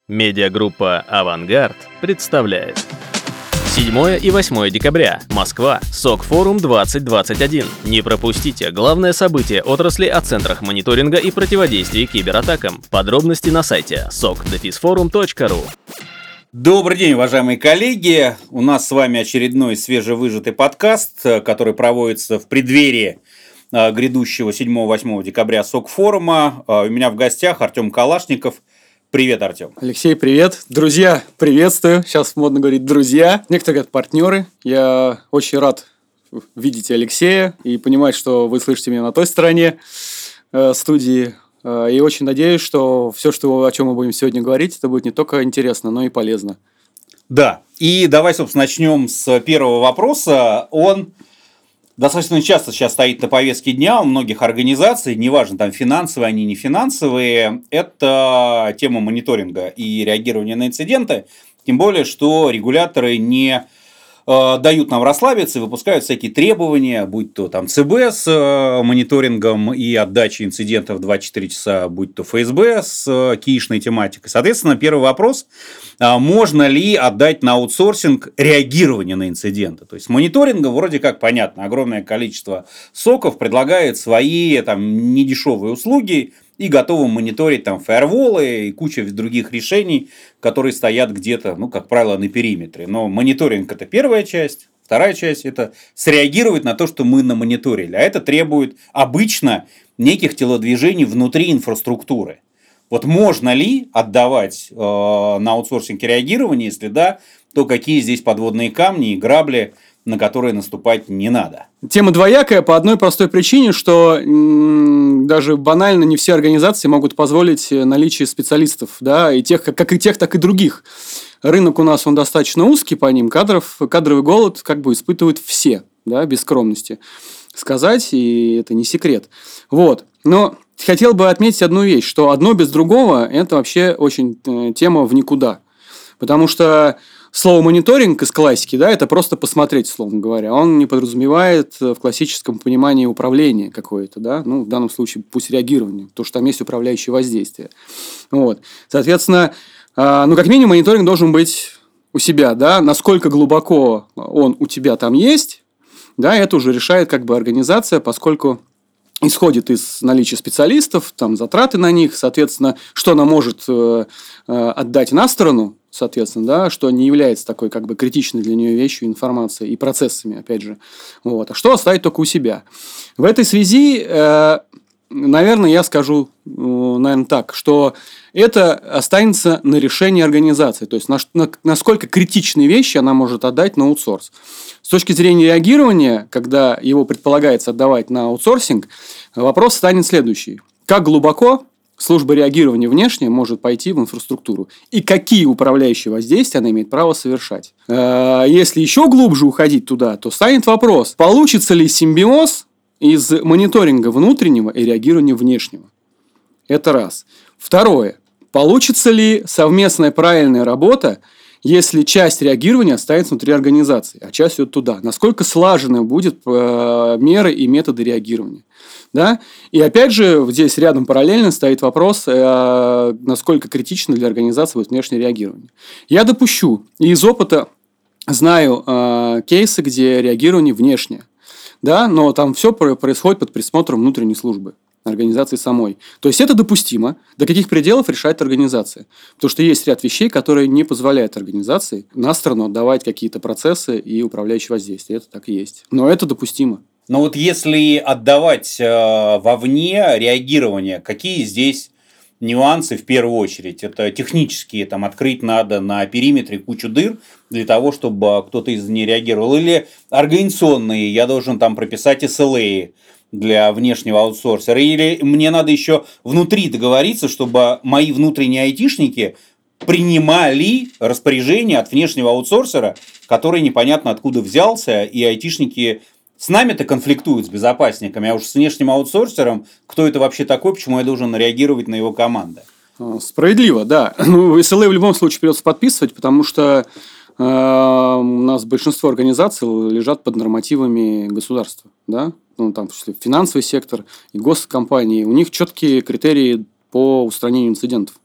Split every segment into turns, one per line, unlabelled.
Медиагруппа «Авангард» представляет. 7 и 8 декабря. Москва. СОК-форум 2021. Не пропустите главное событие отрасли о центрах мониторинга и противодействия кибератакам. Подробности на сайте sok-forum.ru.
Добрый день, уважаемые коллеги! У нас с вами очередной свежевыжатый подкаст, который проводится в преддверии грядущего 7-8 декабря СОК-форума. У меня в гостях Артем Калашников. Привет, Артем.
Алексей, привет. Друзья, приветствую. Сейчас модно говорить «друзья». Некоторые говорят «партнеры». Я очень рад видеть Алексея и понимать, что вы слышите меня на той стороне студии. И очень надеюсь, что все, о чем мы будем сегодня говорить, это будет не только интересно, но и полезно.
Да, и давай, собственно, начнем с первого вопроса. Он достаточно часто сейчас стоит на повестке дня у многих организаций, неважно, там финансовые они, не финансовые, это тема мониторинга и реагирования на инциденты, тем более, что регуляторы не дают нам расслабиться и выпускают всякие требования, будь то там ЦБ с мониторингом и отдачей инцидентов 24 часа, будь то ФСБ с киишной тематикой. Соответственно, первый вопрос: можно ли отдать на аутсорсинг реагирование на инциденты? То есть мониторинга вроде как понятно, огромное количество СОКов предлагает свои там недешевые услуги и готовы мониторить там фаерволы и куча других решений, которые стоят где-то, ну, как правило, на периметре. Но мониторинг – это первая часть. Вторая часть – это среагировать на то, что мы намониторили. А это требует обычно неких телодвижений внутри инфраструктуры. Вот можно ли отдавать на аутсорсинг реагирование? Если да, то какие здесь подводные камни и грабли, на которые наступать не надо?
Тема двоякая по одной простой причине, что даже банально не все организации могут позволить наличие специалистов, да, и тех, как и тех, так и других. Рынок у нас он достаточно узкий по ним, кадровый голод как бы испытывают все, да, без скромности сказать, и это не секрет. Вот. Но хотел бы отметить одну вещь, что одно без другого – это вообще очень тема в никуда. Потому что слово мониторинг из классики, да, это просто посмотреть, словно говоря. Он не подразумевает в классическом понимании управление какое-то, да, ну, в данном случае пусть реагирование, потому что там есть управляющее воздействие. Вот. Соответственно, ну, как минимум, мониторинг должен быть у себя, да, насколько глубоко он у тебя там есть, да, это уже решает как бы организация, поскольку исходит из наличия специалистов, там, затраты на них, соответственно, что она может отдать на сторону, соответственно, да, что не является такой как бы критичной для нее вещью, информацией и процессами, опять же. Вот. А что оставить только у себя? В этой связи, наверное, я скажу, наверное, так, что это останется на решение организации. То есть, насколько критичные вещи она может отдать на аутсорс. С точки зрения реагирования, когда его предполагается отдавать на аутсорсинг, вопрос станет следующий. Как глубоко служба реагирования внешняя может пойти в инфраструктуру? И какие управляющие воздействия она имеет право совершать? Если еще глубже уходить туда, то станет вопрос, получится ли симбиоз из мониторинга внутреннего и реагирования внешнего? Это раз. Второе. Получится ли совместная правильная работа, если часть реагирования останется внутри организации, а часть идет туда? Насколько слажены будут меры и методы реагирования? Да? И опять же, здесь рядом параллельно стоит вопрос, насколько критично для организации будет внешнее реагирование. Я допущу, и из опыта знаю кейсы, где реагирование внешнее, да? Но там все происходит под присмотром внутренней службы организации самой. То есть это допустимо. До каких пределов решает организация? Потому что есть ряд вещей, которые не позволяют организации на сторону отдавать какие-то процессы и управляющие воздействия. Это так и есть. Но это допустимо.
Но вот если отдавать вовне реагирование, какие здесь нюансы в первую очередь? Это технические, там открыть надо на периметре кучу дыр для того, чтобы кто-то из них реагировал, или организационные, я должен там прописать SLA для внешнего аутсорсера, или мне надо еще внутри договориться, чтобы мои внутренние айтишники принимали распоряжение от внешнего аутсорсера, который непонятно откуда взялся, и айтишники с нами-то конфликтуют с безопасниками, а уж с внешним аутсорсером, кто это вообще такой, почему я должен реагировать на его команды?
Справедливо, да. Ну, SLA в любом случае придется подписывать, потому что у нас большинство организаций лежат под нормативами государства, да, ну, там, в числе финансовый сектор и госкомпании, у них четкие критерии по устранению инцидентов.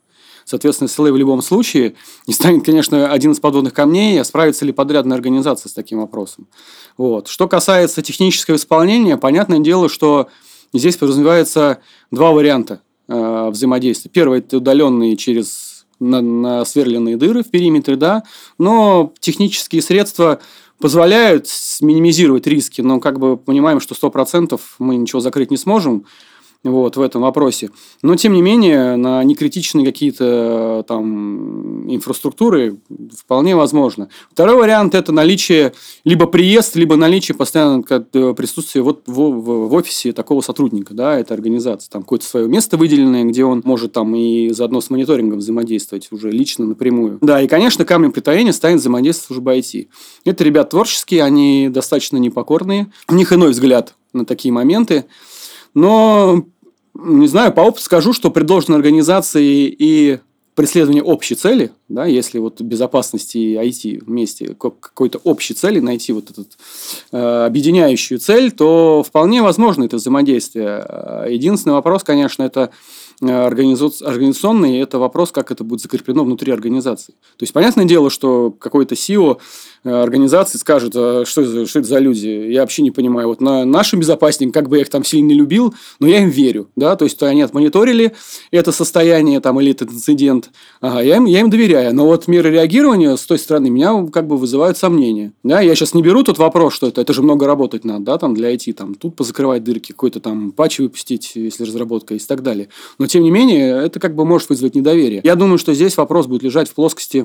соответственно, SLA в любом случае. И станет, конечно, один из подводных камней, а справится ли подрядная организация с таким вопросом. Вот. Что касается технического исполнения, понятное дело, что здесь подразумевается два варианта взаимодействия. Первый – это удаленные через насверленные дыры в периметре, да, но технические средства позволяют минимизировать риски, но как бы понимаем, что 100% мы ничего закрыть не сможем. Вот, в этом вопросе. Но, тем не менее, на некритичные какие-то там инфраструктуры вполне возможно. Второй вариант – это наличие, либо приезд, либо наличие постоянного присутствия вот в офисе такого сотрудника, да, этой организации. Там какое-то свое место выделенное, где он может там и заодно с мониторингом взаимодействовать уже лично напрямую. Да, и, конечно, камнем преткновения станет взаимодействие службы IT. Это ребята творческие, они достаточно непокорные. У них иной взгляд на такие моменты. Но, не знаю, по опыту скажу, что при должной организации и преследовании общей цели, да, если вот безопасности и IT вместе какой-то общей цели найти вот эту объединяющую цель, то вполне возможно это взаимодействие. Единственный вопрос, конечно, это организационный, это вопрос, как это будет закреплено внутри организации. То есть, понятное дело, что какой-то CEO организации скажет, что это за люди, я вообще не понимаю. Вот нашим безопасникам, как бы я их там сильно не любил, но я им верю. Да? То есть, они отмониторили это состояние там, или этот инцидент, я им доверяю. Но вот меры реагирования с той стороны меня как бы вызывают сомнения. Да? Я сейчас не беру тот вопрос, что это же много работать надо, да, там, для IT, там, тут позакрывать дырки, какой-то там патч выпустить, если разработка есть и так далее. Но, тем не менее, это как бы может вызвать недоверие. Я думаю, что здесь вопрос будет лежать в плоскости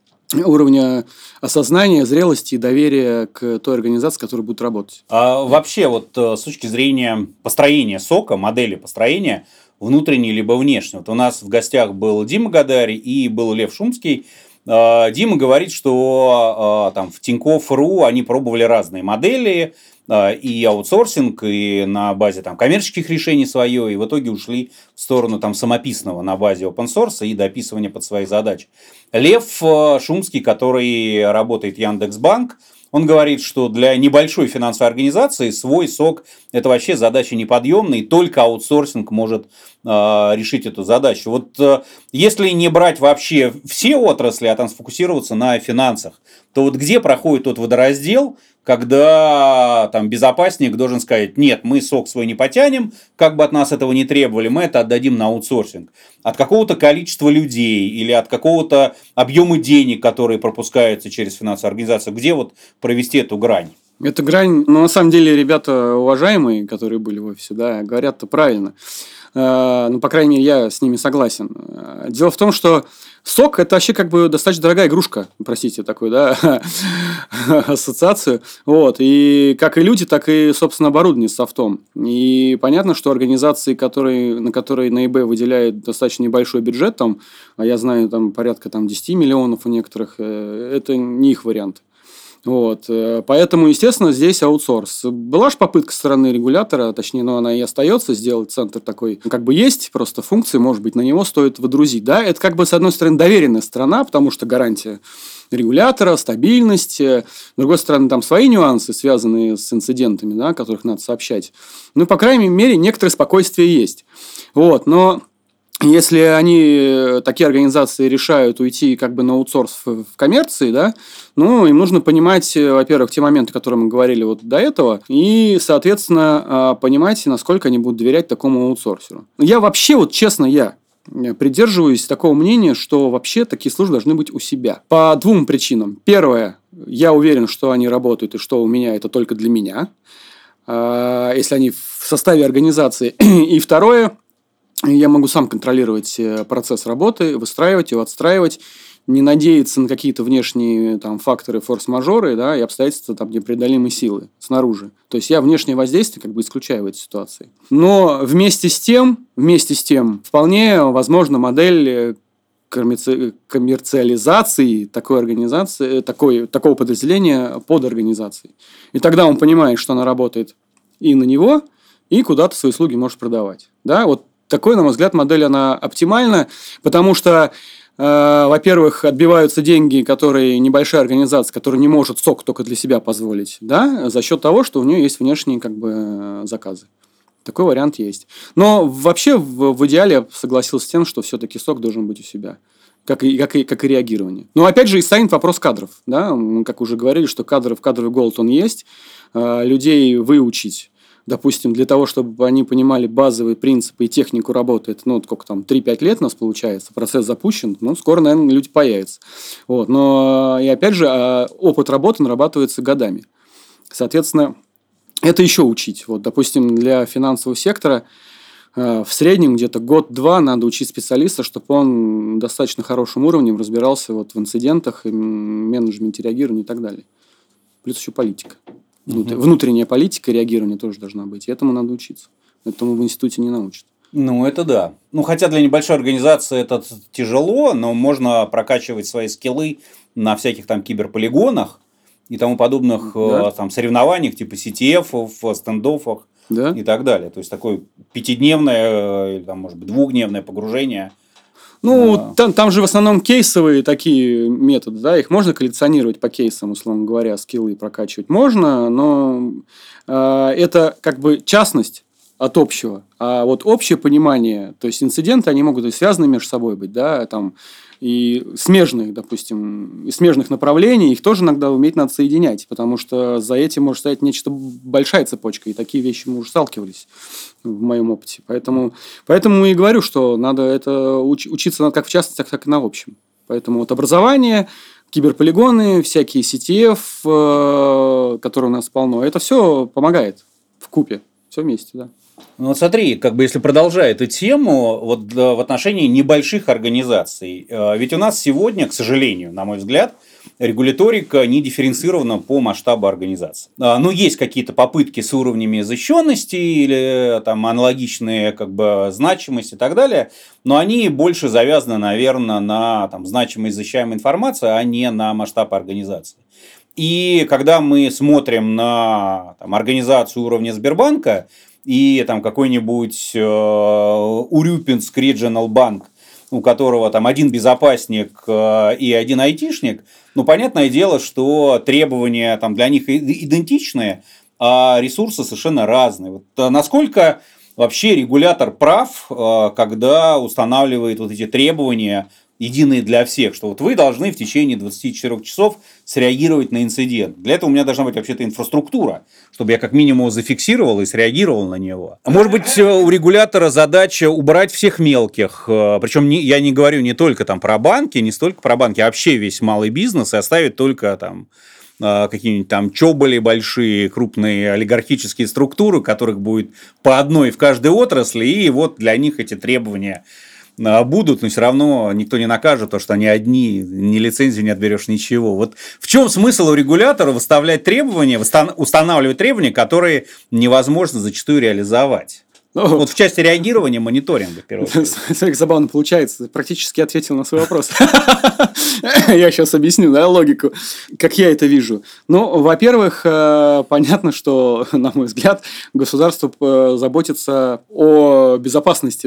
уровня осознания, зрелости и доверия к той организации, которая будет работать.
А вообще, вот с точки зрения построения сока, модели построения, внутренней либо внешней. Вот у нас в гостях был Дима Гадарь и был Лев Шумский. Дима говорит, что там в Тинькофф.ру они пробовали разные модели, и аутсорсинг, и на базе там коммерческих решений свое, и в итоге ушли в сторону там самописного на базе open source и дописывания под свои задачи. Лев Шумский, который работает в Яндекс.Банк, он говорит, что для небольшой финансовой организации свой сок – это вообще задача неподъемная, и только аутсорсинг может решить эту задачу. Вот если не брать вообще все отрасли, а там сфокусироваться на финансах, то вот где проходит тот водораздел, когда там безопасник должен сказать: нет, мы сок свой не потянем, как бы от нас этого не требовали, мы это отдадим на аутсорсинг. От какого-то количества людей или от какого-то объема денег, которые пропускаются через финансовую организацию, где вот провести эту грань?
Эта грань, на самом деле, ребята уважаемые, которые были в офисе, да, говорят-то правильно. Ну, по крайней мере, я с ними согласен. Дело в том, что сок – это вообще как бы достаточно дорогая игрушка, простите, такую, да, ассоциацию. Вот. И как и люди, так и, собственно, оборудование с софтом. И понятно, что организации, на которые на eBay выделяют достаточно небольшой бюджет, там, а я знаю, там порядка 10 миллионов у некоторых, это не их вариант. Вот. Поэтому, естественно, здесь аутсорс. Была же попытка со стороны регулятора, точнее, но она и остается, сделать центр такой, как бы есть, просто функции, может быть, на него стоит водрузить. Да? Это как бы, с одной стороны, доверенная сторона, потому что гарантия регулятора, стабильность. С другой стороны, там свои нюансы, связанные с инцидентами, да, которых надо сообщать. Ну, по крайней мере, некоторое спокойствие есть. Вот. Но если они, такие организации, решают уйти как бы на аутсорс в коммерции, да, ну, им нужно понимать, во-первых, те моменты, о которых мы говорили вот до этого, и, соответственно, понимать, насколько они будут доверять такому аутсорсеру. Я вообще, вот честно, я придерживаюсь такого мнения, что вообще такие службы должны быть у себя. По двум причинам. Первое, я уверен, что они работают, и что у меня это только для меня, если они в составе организации. И второе, я могу сам контролировать процесс работы, выстраивать его, отстраивать, не надеяться на какие-то внешние там, факторы, форс-мажоры, да, и обстоятельства там, непреодолимой силы снаружи. То есть, я внешнее воздействие как бы исключаю в этой ситуации. Но вместе с тем вполне возможна модель коммерциализации такой организации, такого подразделения под организацией. И тогда он понимает, что она работает и на него, и куда-то свои услуги может продавать. Да, вот такой, на мой взгляд, модель, она оптимальна, потому что, во-первых, отбиваются деньги, которые небольшая организация, которая не может сок только для себя позволить, да, за счет того, что у нее есть внешние как бы заказы. Такой вариант есть. Но вообще в идеале я согласился с тем, что все-таки СОК должен быть у себя. Как и реагирование. Но опять же и станет вопрос кадров. Да? Мы, как уже говорили, что кадровый голод он есть. Людей выучить, допустим, для того, чтобы они понимали базовые принципы и технику работы, это, сколько там, 3-5 лет у нас получается, процесс запущен, скоро, наверное, люди появятся. Вот. Но, и опять же, опыт работы нарабатывается годами. Соответственно, это еще учить. Вот, допустим, для финансового сектора в среднем где-то год-два надо учить специалиста, чтобы он достаточно хорошим уровнем разбирался в инцидентах, менеджменте реагирования и так далее. Плюс еще политика. Внутренняя политика реагирования тоже должна быть. И этому надо учиться. Этому в институте не научат.
Это да. Хотя для небольшой организации это тяжело, но можно прокачивать свои скиллы на всяких там киберполигонах и тому подобных там соревнованиях типа CTF, стендофах и так далее. То есть, такое 5-дневное или, может быть, 2-дневное погружение.
Там же в основном кейсовые такие методы, да, их можно коллекционировать по кейсам, условно говоря, скиллы прокачивать можно, но это как бы частность от общего, а вот общее понимание, то есть инциденты, они могут и связаны между собой быть, да, там, и смежных, допустим, и смежных направлений, их тоже иногда уметь надо соединять, потому что за этим может стоять нечто большая цепочка, и такие вещи мы уже сталкивались в моем опыте. Поэтому и говорю, что надо это учиться как в частности, так и на общем. Поэтому вот образование, киберполигоны, всякие CTF, которые у нас полно, это все помогает вкупе, все вместе, да.
Смотри, если продолжая эту тему, вот в отношении небольших организаций, ведь у нас сегодня, к сожалению, на мой взгляд, регуляторика не дифференцирована по масштабу организации. Есть какие-то попытки с уровнями защищенности или там аналогичные значимости и так далее, но они больше завязаны, наверное, на значимость защищаемой информации, а не на масштаб организации. И когда мы смотрим на организацию уровня Сбербанка, и какой-нибудь Урюпинск Regional Bank, у которого один безопасник и один айтишник, понятное дело, что требования для них идентичные, а ресурсы совершенно разные. Насколько вообще регулятор прав, когда устанавливает эти требования единые для всех, что вы должны в течение 24 часов среагировать на инцидент. Для этого у меня должна быть вообще-то инфраструктура, чтобы я как минимум среагировал и среагировал на него. Может быть, у регулятора задача убрать всех мелких, причем я не говорю не только про банки, не столько про банки, а вообще весь малый бизнес, и оставить только какие-нибудь чоболи большие, крупные олигархические структуры, которых будет по одной в каждой отрасли, и вот для них эти требования будут, но все равно никто не накажет, то, что они одни, ни лицензию не отберешь, ничего. Вот в чем смысл у регулятора выставлять требования, устанавливать требования, которые невозможно зачастую реализовать? Вот в части реагирования, мониторинга, в первую очередь.
Смотри, забавно получается. Практически ответил на свой вопрос. Я сейчас объясню, логику, как я это вижу. Во-первых, понятно, что, на мой взгляд, государство заботится о безопасности,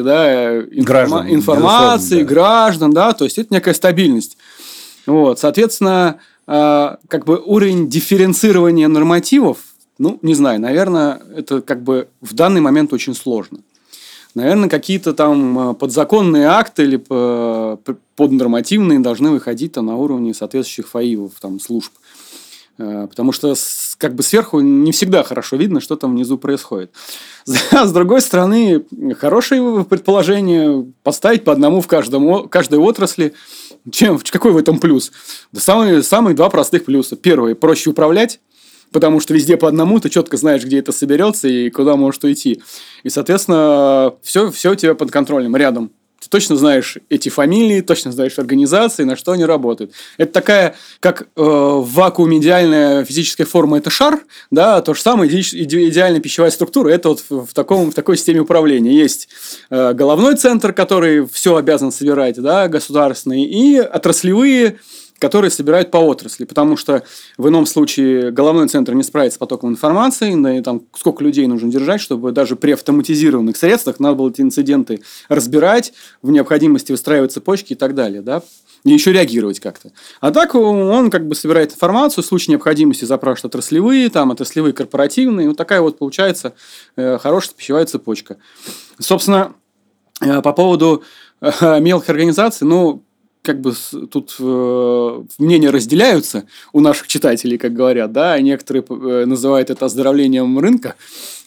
информации, граждан, то есть это некая стабильность. Соответственно, уровень дифференцирования нормативов, не знаю, наверное, это в данный момент очень сложно. Наверное, какие-то подзаконные акты или поднормативные должны выходить на уровне соответствующих ФАИВов, служб. Потому что сверху не всегда хорошо видно, что там внизу происходит. С другой стороны, хорошее предположение поставить по одному в каждой отрасли. Какой в этом плюс? Да самые два простых плюса. Первый – проще управлять. Потому что везде по одному, ты четко знаешь, где это соберется и куда может уйти. И, соответственно, все у тебя под контролем, рядом. Ты точно знаешь эти фамилии, точно знаешь организации, на что они работают. Это такая, как в вакууме идеальная физическая форма – это шар, то же самое идеальная пищевая структура – это вот в такой системе управления. Есть головной центр, который все обязан собирать, государственный, и отраслевые, которые собирают по отрасли, потому что в ином случае головной центр не справится с потоком информации, и сколько людей нужно держать, чтобы даже при автоматизированных средствах надо было эти инциденты разбирать, в необходимости выстраивать цепочки и так далее. и еще реагировать как-то. А так он как бы собирает информацию, в случае необходимости запрашивает отраслевые, корпоративные. Вот такая вот получается хорошая пищевая цепочка. Собственно, по поводу мелких организаций, как бы тут мнения разделяются у наших читателей, как говорят, да, некоторые называют это оздоровлением рынка,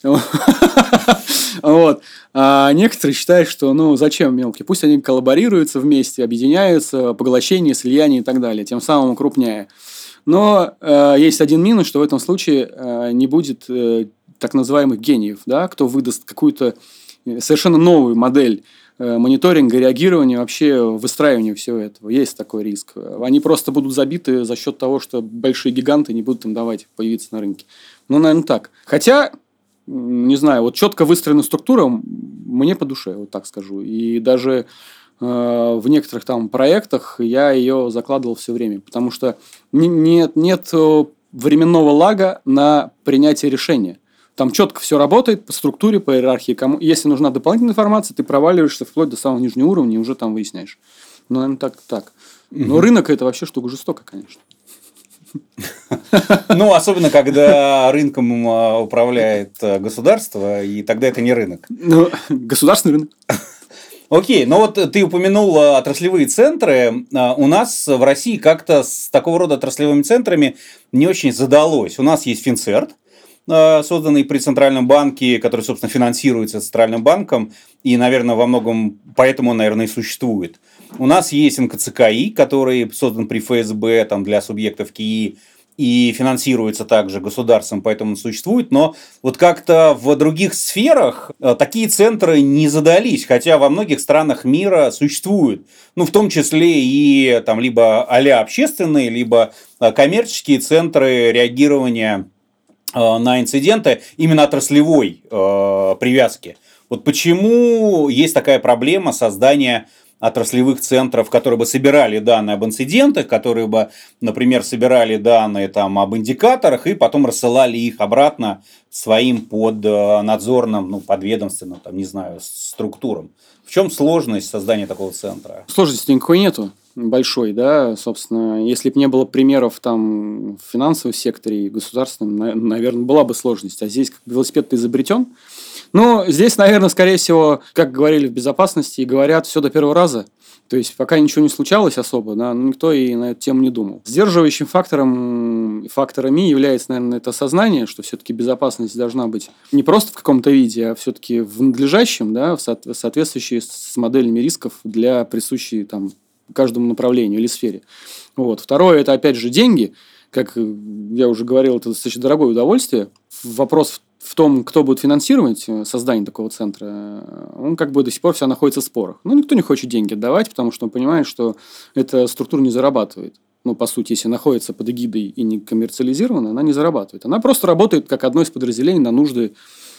вот. А некоторые считают, что зачем мелкие, пусть они коллаборируются вместе, объединяются, поглощение, слияние и так далее, тем самым укрупняя. Но есть один минус, что в этом случае не будет так называемых гениев, да, кто выдаст какую-то совершенно новую модель мониторинга, реагирования, вообще выстраивания всего этого. Есть такой риск. Они просто будут забиты за счет того, что большие гиганты не будут им давать появиться на рынке. Наверное, так. Хотя, не знаю, вот четко выстроенная структура мне по душе, вот так скажу. И даже в некоторых там проектах я ее закладывал все время, потому что нет временного лага на принятие решения. Там четко все работает по структуре, по иерархии. Если нужна дополнительная информация, ты проваливаешься вплоть до самого нижнего уровня и уже там выясняешь. Наверное, так. Но рынок – это вообще штука жестокая, конечно.
Особенно, когда рынком управляет государство, и тогда это не рынок.
Государственный рынок.
Окей, ты упомянул отраслевые центры. У нас в России как-то с такого рода отраслевыми центрами не очень задалось. У нас есть Финцерт, созданный при Центральном банке, который, собственно, финансируется Центральным банком, и, наверное, во многом поэтому он, наверное, и существует. У нас есть НКЦКИ, который создан при ФСБ для субъектов КИИ, и финансируется также государством, поэтому он существует. Но вот как-то в других сферах такие центры не задались, хотя во многих странах мира существуют. В том числе и либо а-ля общественные, либо коммерческие центры реагирования на инциденты именно отраслевой привязки. Вот почему есть такая проблема создания отраслевых центров, которые бы собирали данные об инцидентах, которые бы, например, собирали данные об индикаторах и потом рассылали их обратно своим поднадзорным, подведомственным, структурам. В чем сложность создания такого центра?
Сложности никакой нету. Большой, да, собственно, если бы не было примеров в финансовом секторе и государственном, наверное, была бы сложность. А здесь велосипед изобретен. Но здесь, наверное, скорее всего, как говорили в безопасности, и говорят, все до первого раза. То есть, пока ничего не случалось особо, да, никто и на эту тему не думал. Сдерживающим факторами является, наверное, это осознание, что все-таки безопасность должна быть не просто в каком-то виде, а все-таки в надлежащем, да, в соответствующей с моделями рисков для присущей каждому направлению или сфере. Вот. Второе, это опять же деньги. Как я уже говорил, это достаточно дорогое удовольствие. Вопрос в том, кто будет финансировать создание такого центра, он до сих пор вся находится в спорах. Никто не хочет деньги отдавать, потому что он понимает, что эта структура не зарабатывает. По сути, если находится под эгидой и не коммерциализирована, она не зарабатывает. Она просто работает как одно из подразделений на нужды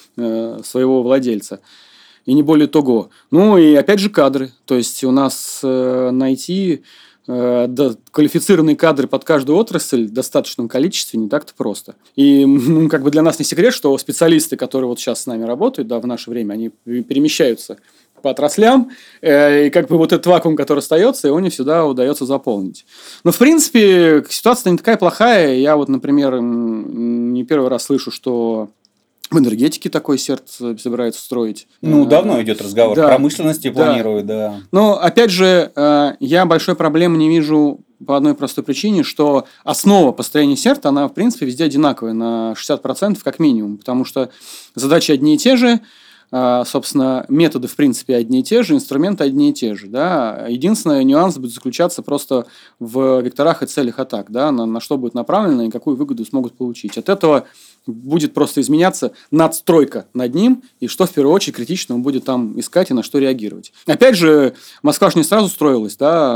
своего владельца. И не более того. И опять же кадры. То есть, у нас найти квалифицированные кадры под каждую отрасль в достаточном количестве не так-то просто. И для нас не секрет, что специалисты, которые сейчас с нами работают, в наше время, они перемещаются по отраслям, и этот вакуум, который остается, его не всегда удается заполнить. Но, в принципе, ситуация не такая плохая. Я например, не первый раз слышу, что в энергетике такой СЕРТ собираются строить.
Давно идет разговор.
Да,
в промышленности планируют, да.
Но, опять же, я большой проблемы не вижу по одной простой причине, что основа построения СЕРТ, она, в принципе, везде одинаковая, на 60% как минимум. Потому что задачи одни и те же, собственно, методы, в принципе, одни и те же, инструменты одни и те же. Да? Единственный нюанс будет заключаться просто в векторах и целях атак, да? на что будет направлено и какую выгоду смогут получить. От этого будет просто изменяться надстройка над ним, и что в первую очередь критично он будет искать и на что реагировать. Опять же, Москва же не сразу строилась, да,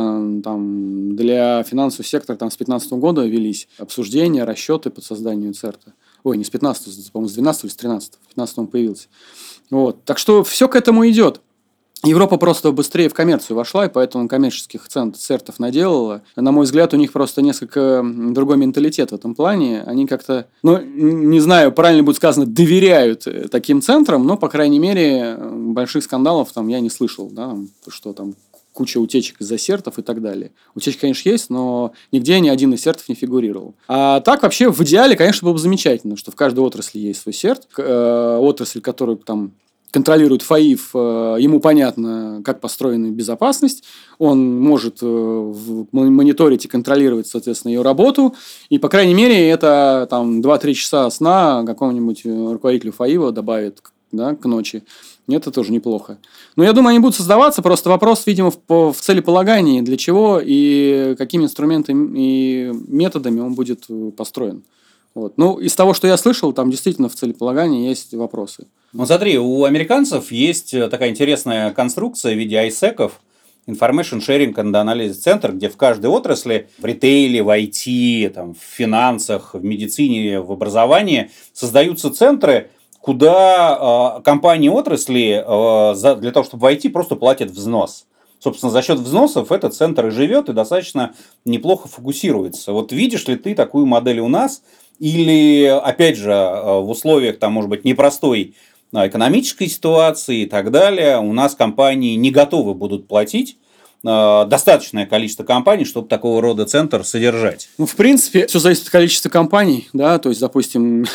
для финансового сектора с 2015 года велись обсуждения, расчеты по созданию ЦЕРТа. Ой, не с 15, по-моему, с 12 или с 13, в 15 он появился. Вот. Так что все к этому идет. Европа просто быстрее в коммерцию вошла, и поэтому коммерческих цертов наделала. На мой взгляд, у них просто несколько другой менталитет в этом плане. Они как-то, не знаю, правильно будет сказано, доверяют таким центрам, но, по крайней мере, больших скандалов я не слышал, да, что куча утечек из-за сертов и так далее. Утечки, конечно, есть, но нигде ни один из сертов не фигурировал. А так вообще в идеале, конечно, было бы замечательно, что в каждой отрасли есть свой серт. Отрасль, которую там контролирует ФАИФ, ему понятно, как построена безопасность, он может мониторить и контролировать, соответственно, ее работу, и, по крайней мере, это там 2-3 часа сна какому-нибудь руководителю ФАИФа добавит, да, к ночи. Это тоже неплохо. Но я думаю, они будут создаваться, просто вопрос, видимо, в целеполагании, для чего и какими инструментами и методами он будет построен. Вот. Ну, из того, что я слышал, там действительно в целеполагании есть вопросы.
Ну, смотри, у американцев есть такая интересная конструкция в виде ISEC, Information Sharing and Analysis Center, где в каждой отрасли, в ритейле, в IT, там, в финансах, в медицине, в образовании создаются центры, куда компании отрасли для того, чтобы войти, просто платят взнос. Собственно, за счет взносов этот центр и живет, и достаточно неплохо фокусируется. Вот видишь ли ты такую модель у нас? Или, опять же, в условиях, там, может быть, непростой экономической ситуации и так далее, у нас компании не готовы будут платить достаточное количество компаний, чтобы такого рода центр содержать?
Ну, в принципе, все зависит от количества компаний, да, то есть, допустим,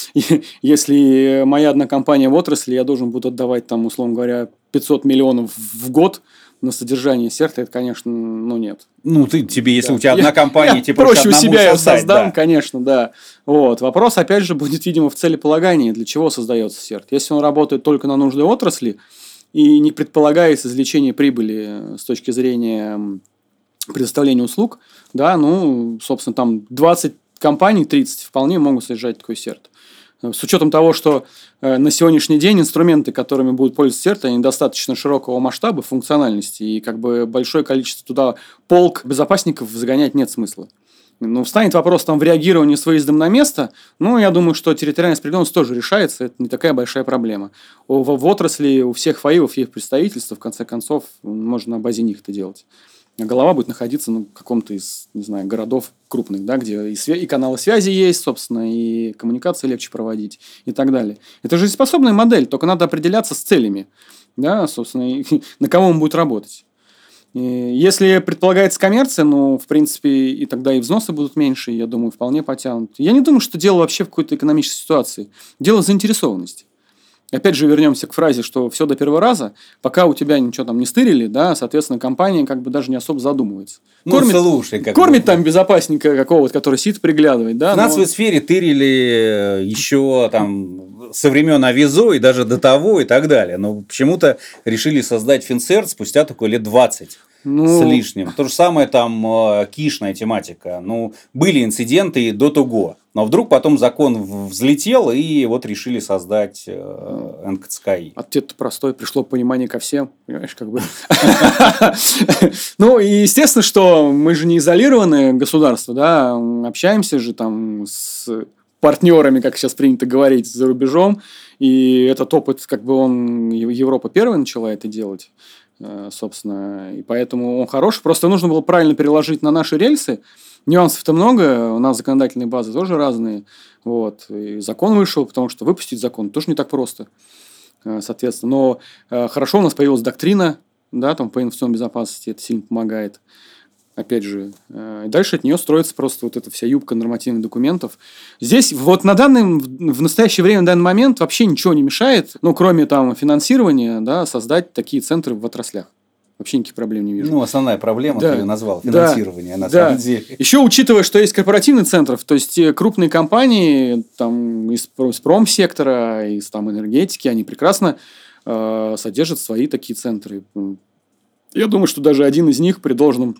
если моя одна компания в отрасли, я должен буду отдавать, там, условно говоря, 500 миллионов в год на содержание серта, это, конечно, ну, нет.
Ну, тебе, если у тебя одна компания, тебе
проще у себя я создам,
да.
конечно, да. Вот. Вопрос, опять же, будет, видимо, в целеполагании, для чего создается серт. Если он работает только на нужды отрасли, и не предполагается извлечение прибыли с точки зрения предоставления услуг, да, ну, собственно, там 20 компаний, 30 вполне могут содержать такой серт. С учетом того, что на сегодняшний день инструменты, которыми будут пользоваться серт, они достаточно широкого масштаба, функциональности, и как бы большое количество туда полк безопасников загонять нет смысла. Ну, встанет вопрос там в реагировании с выездом на место, ну, я думаю, что территориальная сопряженность тоже решается, это не такая большая проблема. В отрасли у всех ФАИФов есть представительства, в конце концов, можно на базе них это делать. А голова будет находиться в каком-то из, не знаю, городов крупных, да, где и каналы связи есть, собственно, и коммуникации легче проводить и так далее. Это жизнеспособная модель, только надо определяться с целями, да, собственно, и на кого он будет работать. Если предполагается коммерция, ну, в принципе, и тогда и взносы будут меньше, я думаю, вполне потянут. Я не думаю, что дело вообще в какой-то экономической ситуации. Дело в заинтересованности. Опять же, вернемся к фразе, что все до первого раза, пока у тебя ничего там не стырили, да, соответственно, компания как бы даже не особо задумывается. Кормит там безопасника какого-то, который сидит, приглядывает. Да,
в финансовой сфере тырили еще там со времен Авизо и даже до того и так далее. Но почему-то решили создать Финцерт спустя такое лет 20 с лишним. То же самое там кишная тематика. Ну, были инциденты и до того. Но вдруг потом закон взлетел, и вот решили создать НКЦКИ.
Ответ простой, пришло понимание ко всем, понимаешь, как бы. Ну, и естественно, что мы же не изолированное государство, да, общаемся же там с партнерами, как сейчас принято говорить, за рубежом, и этот опыт, как бы Европа первая начала это делать, собственно, и поэтому он хороший, просто нужно было правильно переложить на наши рельсы. Нюансов-то много, у нас законодательные базы тоже разные, вот, и закон вышел, потому что выпустить закон тоже не так просто, соответственно, но хорошо у нас появилась доктрина, да, там, по информационной безопасности, это сильно помогает, опять же, дальше от нее строится просто вот эта вся юбка нормативных документов. Здесь вот в настоящее время, в данный момент вообще ничего не мешает, ну, кроме там финансирования, да, создать такие центры в отраслях. Вообще никаких проблем не вижу.
Ну, основная проблема, ты ее назвал, финансирование, на самом деле.
Еще учитывая, что есть корпоративные центры, то есть крупные компании там, из промсектора, из там, энергетики, они прекрасно содержат свои такие центры. Я думаю, что даже один из них при должных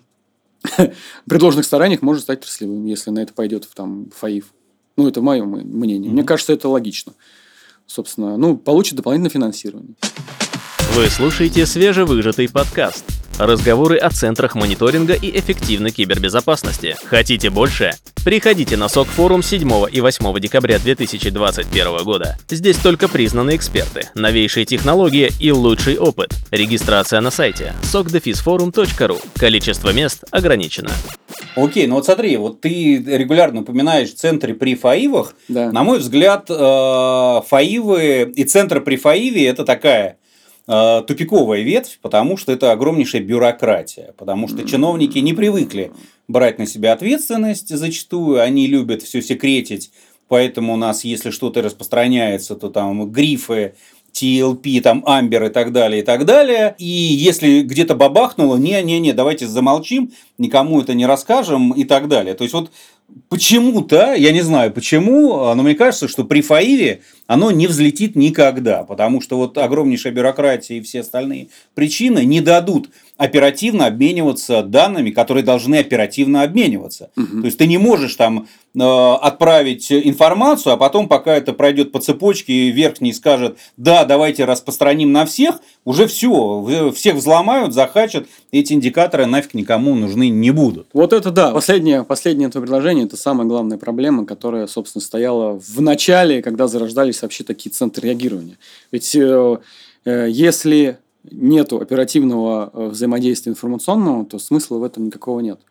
стараниях может стать отраслевым, если на это пойдет там, ФАИФ. Ну, это мое мнение. Мне кажется, это логично. Собственно, ну, получит дополнительное финансирование.
Вы слушаете свежевыжатый подкаст. Разговоры о центрах мониторинга и эффективной кибербезопасности. Хотите больше? Приходите на СОК-форум 7 и 8 декабря 2021 года. Здесь только признанные эксперты, новейшие технологии и лучший опыт. Регистрация на сайте sokdefisforum.ru. Количество мест ограничено.
Окей, ну вот смотри, вот ты регулярно упоминаешь центры при ФАИВах.
Да.
На мой взгляд, ФАИВы и центр при ФАИВе – это такая тупиковая ветвь, потому что это огромнейшая бюрократия, потому что чиновники не привыкли брать на себя ответственность зачастую, они любят все секретить, поэтому у нас, если что-то распространяется, то там грифы, TLP, там, Амбер и так далее, и так далее. И если где-то бабахнуло, не-не-не, давайте замолчим, никому это не расскажем и так далее. То есть, вот почему-то, я не знаю почему, но мне кажется, что при ФАИВе оно не взлетит никогда, потому что вот огромнейшая бюрократия и все остальные причины не дадут оперативно обмениваться данными, которые должны оперативно обмениваться. То есть, ты не можешь там отправить информацию, а потом, пока это пройдет по цепочке, верхний скажет, да, давайте распространим на всех, уже все, всех взломают, захачат, эти индикаторы нафиг никому нужны не будут.
Вот это да. Последнее твое предложение – это самая главная проблема, которая, собственно, стояла в начале, когда зарождались вообще такие центры реагирования. Ведь если нету оперативного взаимодействия информационного, то смысла в этом никакого нет.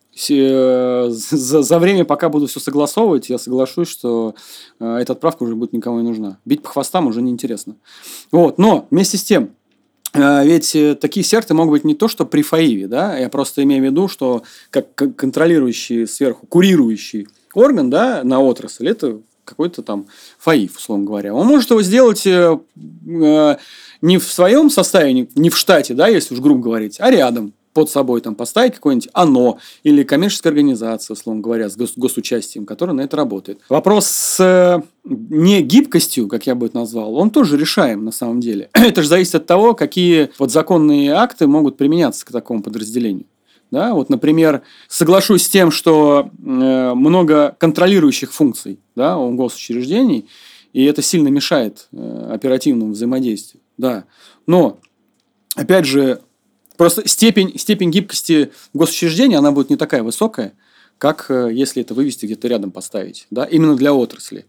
За время, пока буду все согласовывать, я соглашусь, что эта отправка уже будет никому не нужна. Бить по хвостам уже неинтересно. Вот. Но вместе с тем, ведь такие серты могут быть не то, что при ФАИВе, да, я просто имею в виду, что как контролирующий сверху, курирующий орган, да, на отрасль, это какой-то там ФАИВ, условно говоря. Он может его сделать не в своем составе, не в штате, да, если уж грубо говорить, а рядом. Под собой там поставить какое-нибудь ОНО или коммерческая организация, условно говоря, с госучастием, которая на это работает. Вопрос с не гибкостью, как я бы это назвал, он тоже решаем на самом деле. Это же зависит от того, какие подзаконные акты могут применяться к такому подразделению. Да, вот, например, соглашусь с тем, что много контролирующих функций, да, у госучреждений, и это сильно мешает оперативному взаимодействию. Да. Но, опять же, просто степень гибкости госучреждения, она будет не такая высокая, как если это вывести где-то рядом поставить. Да? Именно для отрасли.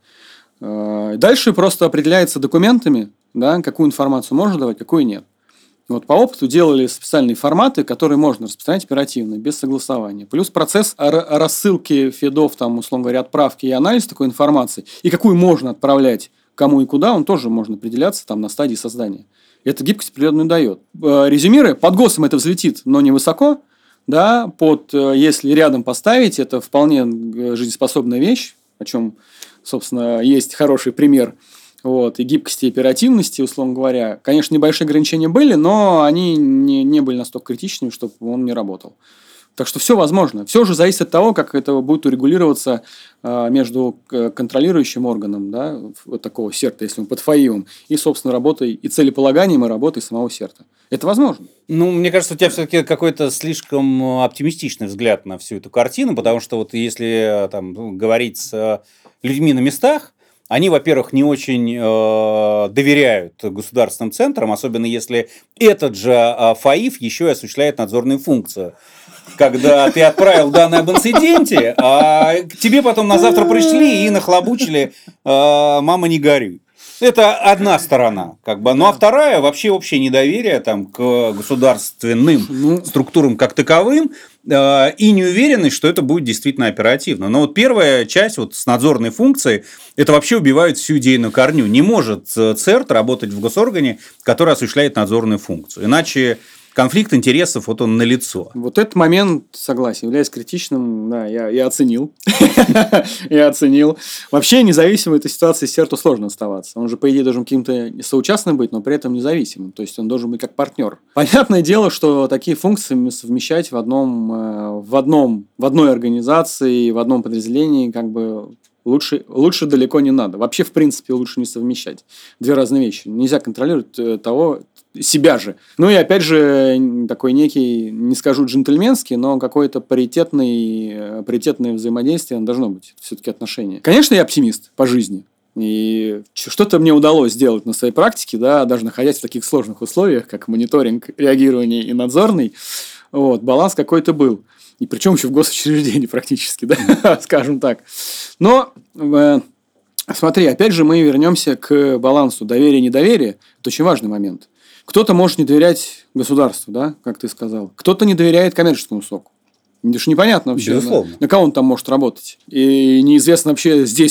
Дальше просто определяется документами, да, какую информацию можно давать, какую нет. Вот по опыту делали специальные форматы, которые можно распространять оперативно, без согласования. Плюс процесс рассылки фидов, там, условно говоря, отправки и анализ такой информации, и какую можно отправлять кому и куда, он тоже можно определяться там, на стадии создания. Эта гибкость определенную дает. Резюмируя, под ГОСом это взлетит, но не высоко. Да, если рядом поставить, это вполне жизнеспособная вещь, о чем, собственно, есть хороший пример. Вот, и гибкости, и оперативности, условно говоря. Конечно, небольшие ограничения были, но они не были настолько критичными, чтобы он не работал. Так что все возможно. Все уже зависит от того, как это будет урегулироваться между контролирующим органом, да, вот такого серта, если он под ФАИВом, и, собственно, работой и целеполаганием, и работой самого серта. Это возможно.
Ну, мне кажется, у тебя все-таки какой-то слишком оптимистичный взгляд на всю эту картину, потому что вот если там, говорить с людьми на местах, они, во-первых, не очень доверяют государственным центрам, особенно если этот же ФАИВ еще и осуществляет надзорную функцию. Когда ты отправил данные об инциденте, а к тебе потом на завтра пришли и нахлобучили «мама, не горюй». Это одна сторона, как бы. Ну, а вторая вообще общее недоверие там, к государственным структурам как таковым и неуверенность, что это будет действительно оперативно. Но вот первая часть вот, с надзорной функцией, это вообще убивает всю идею на корню. Не может ЦЕРТ работать в госоргане, который осуществляет надзорную функцию. Иначе конфликт интересов, вот он налицо.
Вот этот момент, согласен, является критичным, да, я оценил. Я оценил. Вообще, независимо от этой ситуации Серту сложно оставаться. Он же, по идее, должен каким-то соучастным быть, но при этом независимым. То есть, он должен быть как партнер. Понятное дело, что такие функции совмещать в одной организации, в одном подразделении, как бы лучше далеко не надо. Вообще, в принципе, лучше не совмещать. Две разные вещи. Нельзя контролировать себя же. Ну и опять же, такой некий, не скажу джентльменский, но какое-то паритетное взаимодействие должно быть. Все-таки отношения. Конечно, я оптимист по жизни. И что-то мне удалось сделать на своей практике, да, даже находясь в таких сложных условиях, как мониторинг, реагирование и надзорный. Вот, баланс какой-то был. И причем еще в госучреждении практически, да, скажем так. Но смотри, опять же мы вернемся к балансу доверия-недоверия. Это очень важный момент. Кто-то может не доверять государству, да, как ты сказал. Кто-то не доверяет коммерческому соку. Это же непонятно вообще, на кого он там может работать. И неизвестно вообще, здесь ли.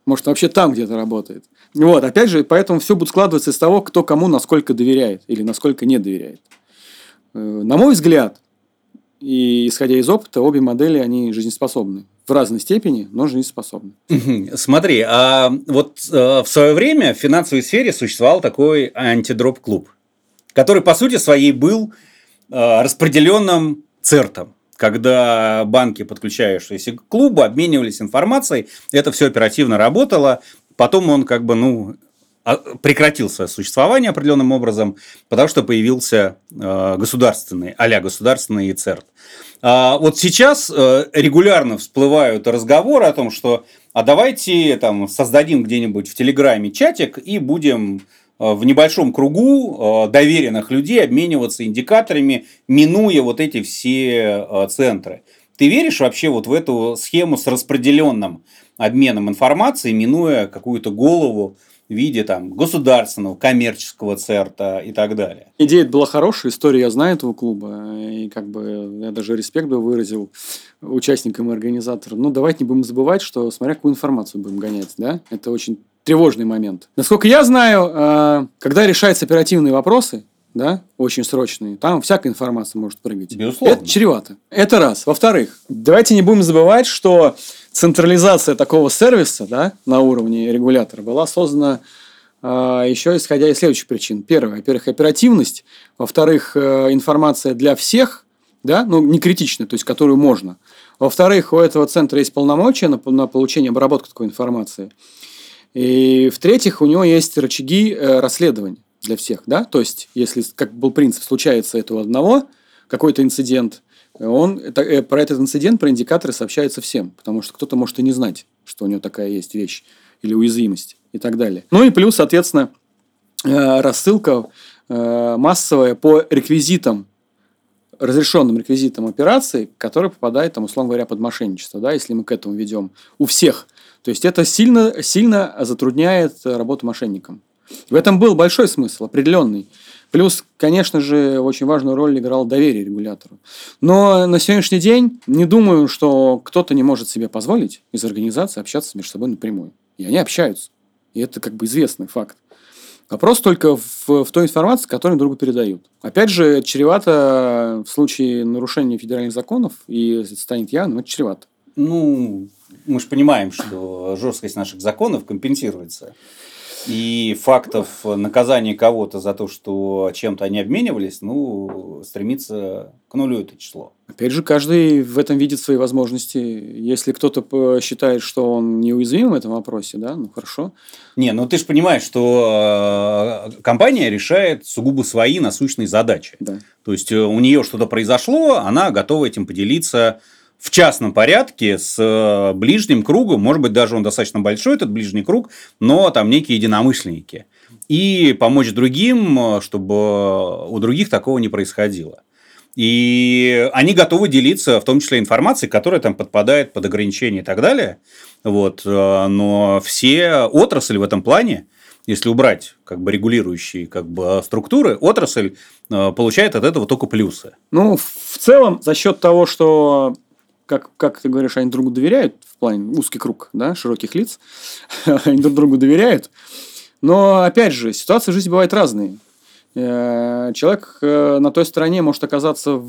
Может, вообще там где-то работает. Вот, опять же, поэтому все будет складываться из того, кто кому насколько доверяет или насколько не доверяет. На мой взгляд, и исходя из опыта, обе модели, они жизнеспособны. В разной степени, но жизнеспособны.
Смотри, а вот в свое время в финансовой сфере существовал такой антидроп-клуб, который, по сути своей, был распределенным цертом. Когда банки, подключающиеся к клубу, обменивались информацией, это все оперативно работало. Потом он прекратил свое существование определенным образом, потому что появился государственный ЦЕРТ. Вот сейчас регулярно всплывают разговоры о том, что давайте создадим где-нибудь в Телеграме чатик и будем в небольшом кругу доверенных людей обмениваться индикаторами, минуя вот эти все центры. Ты веришь вообще вот в эту схему с распределенным обменом информацией, минуя какую-то голову в виде государственного, коммерческого ЦЕРТа и так далее?
Идея была хорошая, историю я знаю этого клуба, и я даже респект бы выразил участникам и организаторам. Но давайте не будем забывать, что смотря какую информацию будем гонять, да, это очень тревожный момент. Насколько я знаю, когда решаются оперативные вопросы, да, очень срочные, там всякая информация может прыгать.
Безусловно.
Это чревато. Это раз. Во-вторых, давайте не будем забывать, что централизация такого сервиса, да, на уровне регулятора была создана еще исходя из следующих причин. Первое, во-первых, оперативность. Во-вторых, информация для всех, да, не критичная, то есть которую можно. Во-вторых, у этого центра есть полномочия на получение, обработку такой информации. И в-третьих, у него есть рычаги расследования для всех, да, то есть, если, как был принцип, случается это у одного, какой-то инцидент, про этот инцидент, про индикаторы сообщается всем, потому что кто-то может и не знать, что у него такая есть вещь или уязвимость и так далее. Ну и плюс, соответственно, рассылка массовая по реквизитам, разрешенным реквизитам операций, которые попадают, условно говоря, под мошенничество, да, если мы к этому ведем у всех. То есть, это сильно, сильно затрудняет работу мошенникам. В этом был большой смысл, определенный. Плюс, конечно же, очень важную роль играло доверие регулятору. Но на сегодняшний день не думаю, что кто-то не может себе позволить из организации общаться между собой напрямую. И они общаются. И это известный факт. Вопрос только в той информации, которую другу передают. Опять же, это чревато в случае нарушения федеральных законов, и станет явным, это чревато.
Мы же понимаем, что жесткость наших законов компенсируется. И фактов наказания кого-то за то, что чем-то они обменивались, стремится к нулю это число.
Опять же, каждый в этом видит свои возможности. Если кто-то считает, что он неуязвим в этом вопросе, да, хорошо.
Ты же понимаешь, что компания решает сугубо свои насущные задачи.
Да.
То есть, у нее что-то произошло, она готова этим поделиться в частном порядке с ближним кругом, может быть, даже он достаточно большой, этот ближний круг, но там некие единомышленники. И помочь другим, чтобы у других такого не происходило. И они готовы делиться, в том числе, информацией, которая подпадает под ограничения и так далее. Но все отрасли в этом плане, если убрать регулирующие структуры, отрасль получает от этого только плюсы.
В целом, за счет того, что как ты говоришь, они друг другу доверяют, в плане узкий круг, да, широких лиц, они друг другу доверяют. Но, опять же, ситуации в жизни бывают разные. Человек на той стороне может оказаться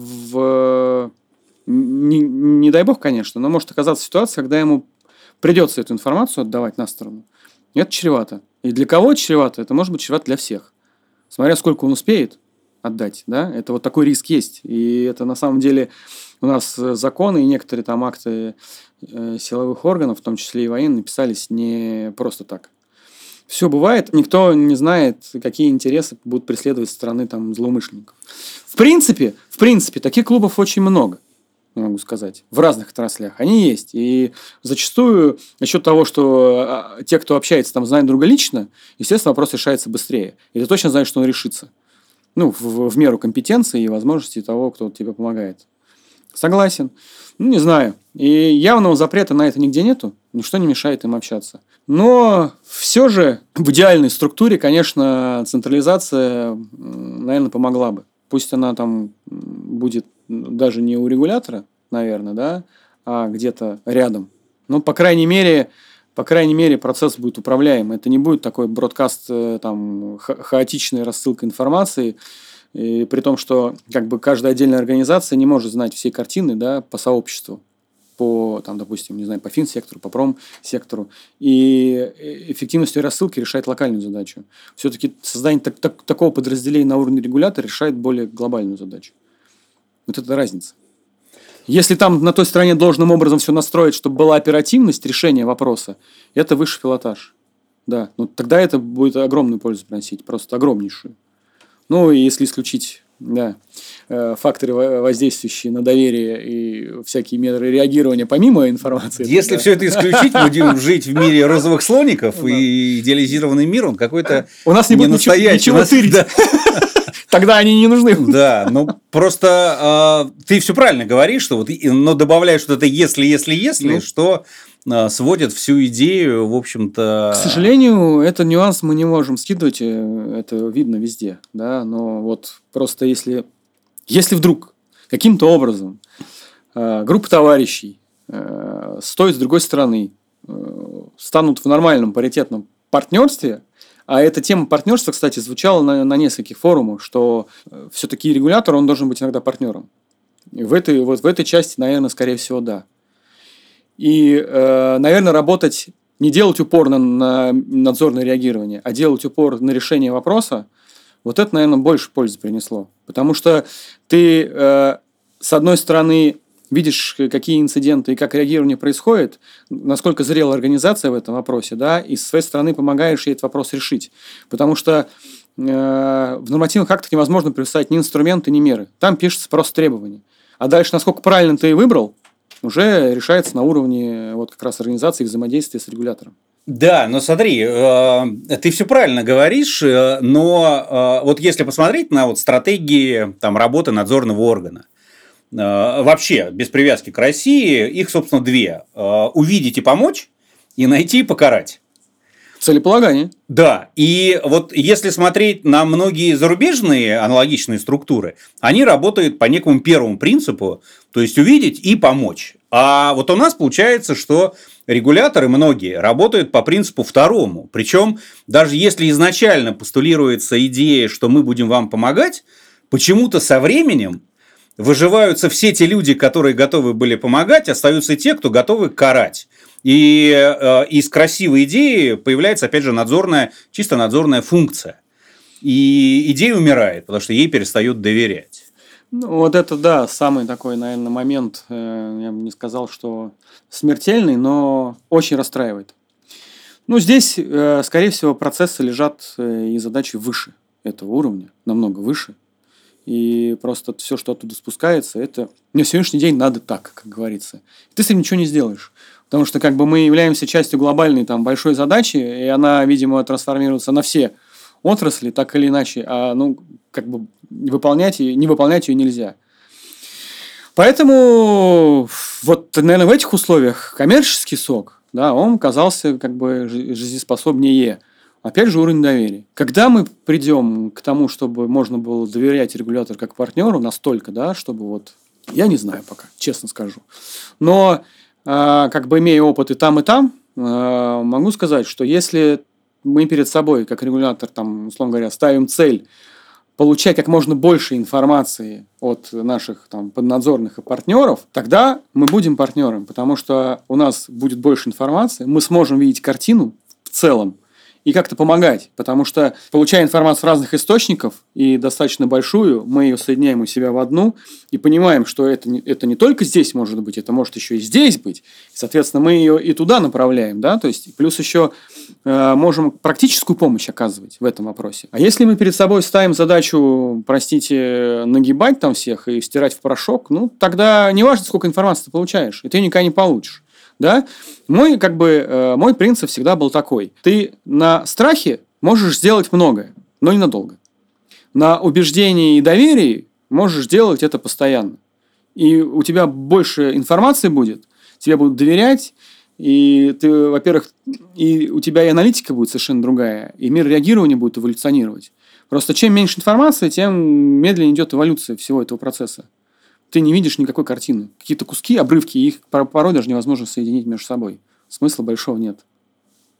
не дай бог, конечно, но может оказаться в ситуации, когда ему придется эту информацию отдавать на сторону. И это чревато. И для кого это чревато? Это может быть чревато для всех. Смотря сколько он успеет отдать, да, это такой риск есть. И это на самом деле у нас законы и некоторые акты силовых органов, в том числе и военные, писались не просто так. Все бывает, никто не знает, какие интересы будут преследовать со стороны злоумышленников. В принципе, таких клубов очень много, могу сказать, в разных отраслях. Они есть. И зачастую, за счет того, что те, кто общается, знают друга лично, естественно, вопрос решается быстрее. И ты точно знаешь, что он решится. В меру компетенции и возможностей того, кто тебе помогает. Согласен. Не знаю. И явного запрета на это нигде нету. Ничто не мешает им общаться. Но все же в идеальной структуре, конечно, централизация, наверное, помогла бы. Пусть она будет даже не у регулятора, наверное, да, а где-то рядом. Но, по крайней мере, по крайней мере, процесс будет управляем. Это не будет такой бродкаст, там, хаотичная рассылка информации, и при том, что как бы каждая отдельная организация не может знать всей картины, да, по сообществу, по, там, допустим, не знаю, по финсектору, по промсектору. И эффективность рассылки решает локальную задачу. Все-таки создание такого подразделения на уровне регулятора решает более глобальную задачу. Вот это разница. Если там на той стороне должным образом все настроить, чтобы была оперативность решения вопроса, это высший пилотаж. Да, ну тогда это будет огромную пользу приносить, просто огромнейшую. Ну, и если исключить, да, факторы, воздействующие на доверие и всякие меры реагирования помимо информации.
Если
да.
все это исключить, мы будем жить в мире розовых слоников, и идеализированный мир, он какой-то
у нас не будет ничего тырить. Тогда они не нужны.
Да, ну просто ты все правильно говоришь, что вот, но добавляешь что-то если, что сводит всю идею, в общем-то.
К сожалению, этот нюанс мы не можем скидывать, это видно везде, да, но вот просто если вдруг каким-то образом группа товарищей с той, с другой стороны станут в нормальном паритетном партнерстве. А эта тема партнерства, кстати, звучала на нескольких форумах, что все-таки регулятор, он должен быть иногда партнером. И в этой части, наверное, скорее всего, да. И, наверное, работать, не делать упор на надзорное реагирование, а делать упор на решение вопроса, вот это, наверное, больше пользы принесло. Потому что ты, с одной стороны, видишь, какие инциденты и как реагирование происходит, насколько зрела организация в этом вопросе, да, и с своей стороны помогаешь ей этот вопрос решить. Потому что в нормативных актах невозможно прописать ни инструменты, ни меры. Там пишется просто требования. А дальше, насколько правильно ты выбрал, уже решается на уровне вот как раз организации взаимодействия с регулятором.
Да, но смотри, ты все правильно говоришь, но вот если посмотреть на вот стратегии там, работы надзорного органа, вообще, без привязки к России, их, собственно, две. Увидеть и помочь, и найти и покарать.
Целеполагание.
Да, и вот если смотреть на многие зарубежные аналогичные структуры, они работают по некому первому принципу, то есть увидеть и помочь. А вот у нас получается, что регуляторы многие работают по принципу второму. Причем, даже если изначально постулируется идея, что мы будем вам помогать, почему-то со временем выживаются все те люди, которые готовы были помогать, остаются те, кто готовы карать. И из красивой идеи появляется, опять же, чисто надзорная функция. И идея умирает, потому что ей перестают доверять.
Ну, вот это, да, самый такой, наверное, момент, я бы не сказал, что смертельный, но очень расстраивает. Ну, здесь, скорее всего, процессы лежат и задачи выше этого уровня, намного выше. И просто все, что оттуда спускается, это на сегодняшний день надо так, как говорится. Ты с этим ничего не сделаешь. Потому что как бы мы являемся частью глобальной там, большой задачи, и она, видимо, трансформируется на все отрасли, так или иначе. А ну, как бы не выполнять ее нельзя. Поэтому вот, наверное, в этих условиях коммерческий сок, да, он казался как бы жизнеспособнее. Опять же, уровень доверия. Когда мы придем к тому, чтобы можно было доверять регулятору как партнеру настолько, да, чтобы вот... Я не знаю пока, честно скажу. Но, как бы имея опыт и там, могу сказать, что если мы перед собой, как регулятор, там, условно говоря, ставим цель получать как можно больше информации от наших там, поднадзорных и партнеров, тогда мы будем партнером, потому что у нас будет больше информации, мы сможем видеть картину в целом, и как-то помогать, потому что, получая информацию с разных источников, и достаточно большую, мы ее соединяем у себя в одну, и понимаем, что это не только здесь может быть, это может еще и здесь быть. Соответственно, мы ее и туда направляем, да, то есть, плюс еще можем практическую помощь оказывать в этом вопросе. А если мы перед собой ставим задачу, простите, нагибать там всех и стирать в порошок, ну, тогда не важно, сколько информации ты получаешь, и ты никогда не получишь. Да? Мой принцип всегда был такой. Ты на страхе можешь сделать многое, но ненадолго. На убеждении и доверии можешь делать это постоянно. И у тебя больше информации будет, тебе будут доверять, и ты, во-первых, и у тебя и аналитика будет совершенно другая, и мир реагирования будет эволюционировать. Просто чем меньше информации, тем медленнее идет эволюция всего этого процесса. Ты не видишь никакой картины. Какие-то куски, обрывки, их порой даже невозможно соединить между собой. Смысла большого нет.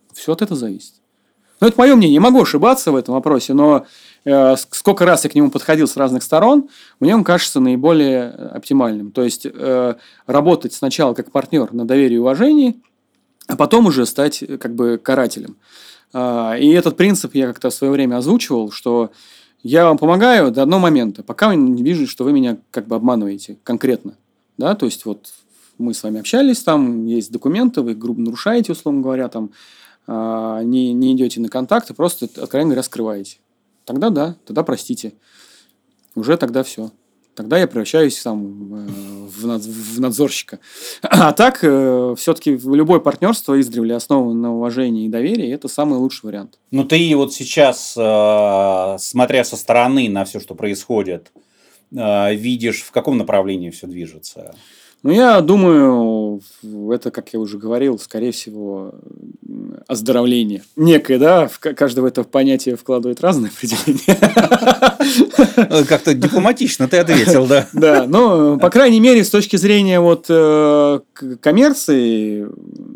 Все от этого зависит. Ну, это мое мнение. Не могу ошибаться в этом вопросе, но сколько раз я к нему подходил с разных сторон, мне он кажется наиболее оптимальным. То есть, работать сначала как партнер на доверии и уважении, а потом уже стать как бы карателем. И этот принцип я как-то в свое время озвучивал, что я вам помогаю до одного момента, пока не вижу, что вы меня как бы обманываете конкретно. Да? То есть, вот мы с вами общались, там есть документы, вы грубо нарушаете, условно говоря, там, не идете на контакты, просто, откровенно говоря, скрываете. Тогда да, тогда простите. Уже тогда все. Тогда я превращаюсь в надзорщика. А так, все-таки любое партнерство издревле основано на уважении и доверии. Это самый лучший вариант.
Ну, ты вот сейчас, смотря со стороны на все, что происходит, видишь, в каком направлении все движется?
Ну, я думаю, это, как я уже говорил, скорее всего, оздоровление. Некое, да, каждое в это понятие вкладывает разные определения.
Как-то дипломатично ты ответил, да.
Да, но, по крайней мере, с точки зрения вот коммерции,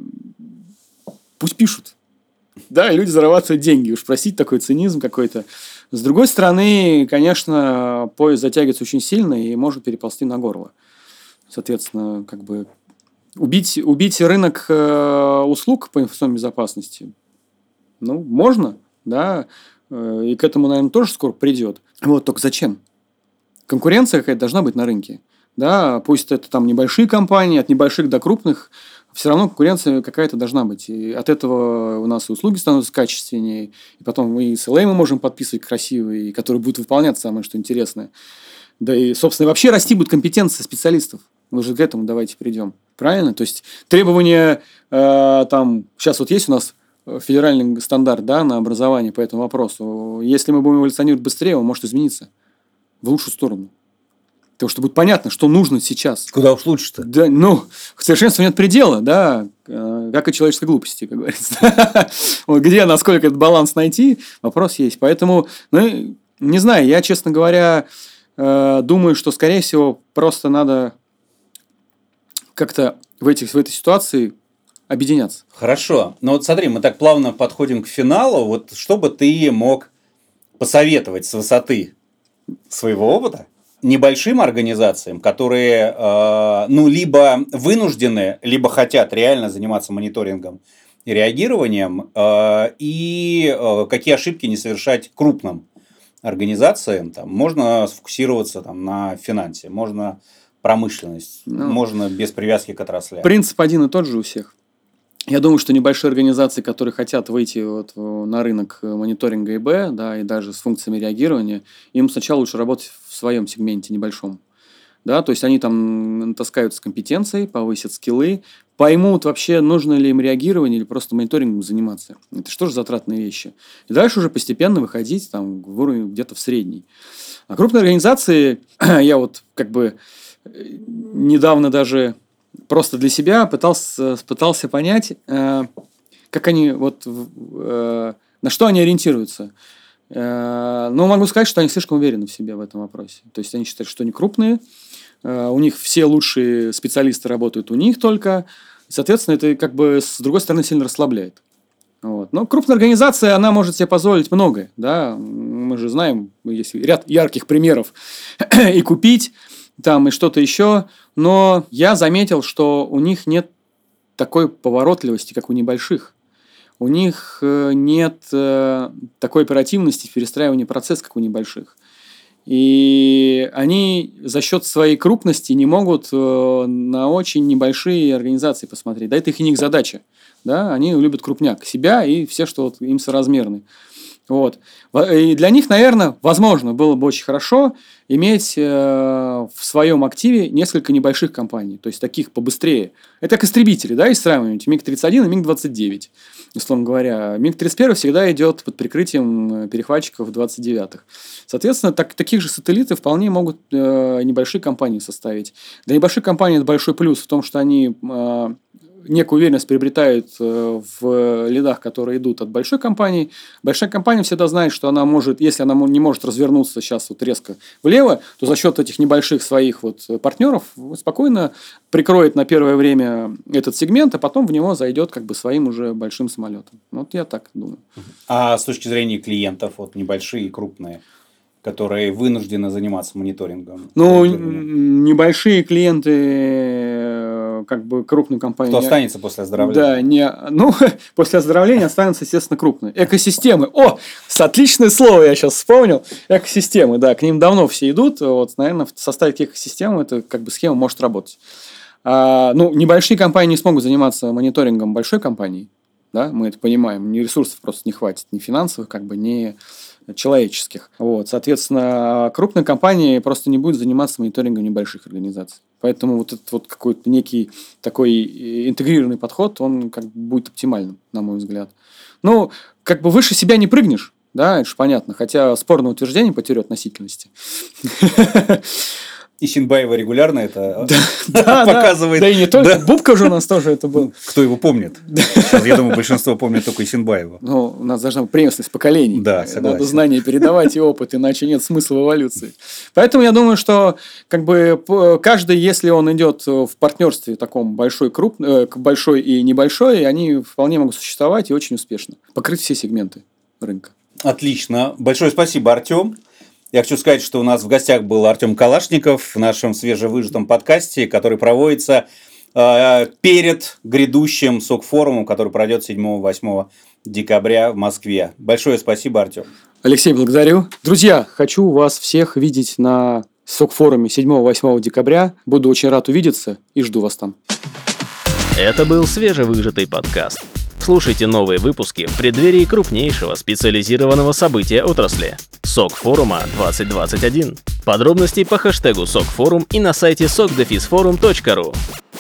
пусть пишут. Да, люди зарабатывают деньги. Уж простите, такой цинизм какой-то. С другой стороны, конечно, поезд затягивается очень сильно и может переползти на горло. Соответственно, как бы убить рынок услуг по информационной безопасности, ну, можно, да, и к этому, наверное, тоже скоро придет. Вот, только зачем? Конкуренция какая-то должна быть на рынке. Да, пусть это там небольшие компании, от небольших до крупных, все равно конкуренция какая-то должна быть. И от этого у нас и услуги становятся качественнее, и потом мы и SLA мы можем подписывать красивые, которые будут выполняться, самое что интересное. Да и, собственно, вообще расти будет компетенция специалистов. Мы же к этому давайте придем. Правильно? То есть, требования там... Сейчас вот есть у нас федеральный стандарт, да, на образование по этому вопросу. Если мы будем эволюционировать быстрее, он может измениться в лучшую сторону. Потому что будет понятно, что нужно сейчас.
Куда уж лучше-то?
Да, ну, к совершенству нет предела, да, как и человеческой глупости, как говорится. Вот где, насколько этот баланс найти, вопрос есть. Поэтому, ну, не знаю, я, честно говоря, думаю, что, скорее всего, просто надо как-то в этой ситуации объединяться.
Хорошо. Но вот смотри, мы так плавно подходим к финалу. Вот что бы ты мог посоветовать с высоты своего опыта небольшим организациям, которые ну, либо вынуждены, либо хотят реально заниматься мониторингом и реагированием, и какие ошибки не совершать крупным организациям? Там, можно сфокусироваться там, на финансе, можно промышленность, можно без привязки к отраслям.
Принцип один и тот же у всех. Я думаю, что небольшие организации, которые хотят выйти вот на рынок мониторинга ИБ, да, и даже с функциями реагирования, им сначала лучше работать в своем сегменте небольшом. Да, то есть, они там таскаются с компетенцией, повысят скиллы, поймут вообще, нужно ли им реагирование или просто мониторингом заниматься. Это что же затратные вещи. И дальше уже постепенно выходить там, в уровень где-то в средний. А крупные организации, я вот как бы недавно даже просто для себя пытался понять, как они вот на что они ориентируются. Но могу сказать, что они слишком уверены в себе в этом вопросе. То есть, они считают, что они крупные, у них все лучшие специалисты работают у них только. Соответственно, это как бы с другой стороны сильно расслабляет. Вот. Но крупная организация, она может себе позволить многое. Да? Мы же знаем, есть ряд ярких примеров. И купить, там, и что-то еще. Но я заметил, что у них нет такой поворотливости, как у небольших. У них нет такой оперативности в перестраивании процесса, как у небольших. И они за счет своей крупности не могут на очень небольшие организации посмотреть. Да, это их и не их задача. Да? Они любят крупняк. Себя и все, что вот им соразмерны. Вот. И для них, наверное, возможно, было бы очень хорошо иметь в своем активе несколько небольших компаний, то есть таких побыстрее. Это как истребители, да, если сравнивать МиГ-31 и МиГ-29. Условно говоря, МиГ-31 всегда идет под прикрытием перехватчиков 29-х. Соответственно, таких же сателлитов вполне могут небольшие компании составить. Для небольших компаний это большой плюс в том, что они некую уверенность приобретают в лидах, которые идут от большой компании. Большая компания всегда знает, что она может, если она не может развернуться сейчас вот резко влево, то за счет этих небольших своих вот партнеров спокойно прикроет на первое время этот сегмент, а потом в него зайдет как бы своим уже большим самолетом. Вот я так думаю.
А с точки зрения клиентов, вот небольшие и крупные, которые вынуждены заниматься мониторингом?
Ну, небольшие клиенты, как бы крупные компании.
Кто останется после оздоровления?
Да, после оздоровления останутся, естественно, крупные. Экосистемы. Отличное слово я сейчас вспомнил. Экосистемы, да, к ним давно все идут. Вот, наверное, в составе экосистем эта как бы схема может работать. Небольшие компании не смогут заниматься мониторингом большой компании. Да, мы это понимаем. Ни ресурсов просто не хватит, ни финансовых, как бы, ни человеческих. Вот. Соответственно, крупные компании просто не будут заниматься мониторингом небольших организаций. Поэтому вот этот вот какой-то некий такой интегрированный подход, он как бы будет оптимальным, на мой взгляд. Как бы выше себя не прыгнешь, да, это же понятно, хотя спорное утверждение потерю относительности.
Исинбаева регулярно это показывает.
Да и не только. Бубка же у нас тоже это был.
Кто его помнит? Сейчас, я думаю, большинство помнит только Исинбаева.
У нас должна быть преемственность поколений.
Да, согласен.
Надо знания передавать и опыт, иначе нет смысла в эволюции. Поэтому я думаю, что как бы каждый, если он идет в партнерстве таком большой и небольшой, они вполне могут существовать и очень успешно. Покрыть все сегменты рынка.
Отлично. Большое спасибо, Артем. Я хочу сказать, что у нас в гостях был Артем Калашников в нашем свежевыжатом подкасте, который проводится перед грядущим СОК-форумом, который пройдет 7-8 декабря в Москве. Большое спасибо, Артем.
Алексей, благодарю. Друзья, хочу вас всех видеть на СОК-форуме 7-8 декабря. Буду очень рад увидеться и жду вас там.
Это был свежевыжатый подкаст. Слушайте новые выпуски в преддверии крупнейшего специализированного события отрасли – СОК-форума 2021. Подробности по хэштегу СОК-форум и на сайте sokdefisforum.ru.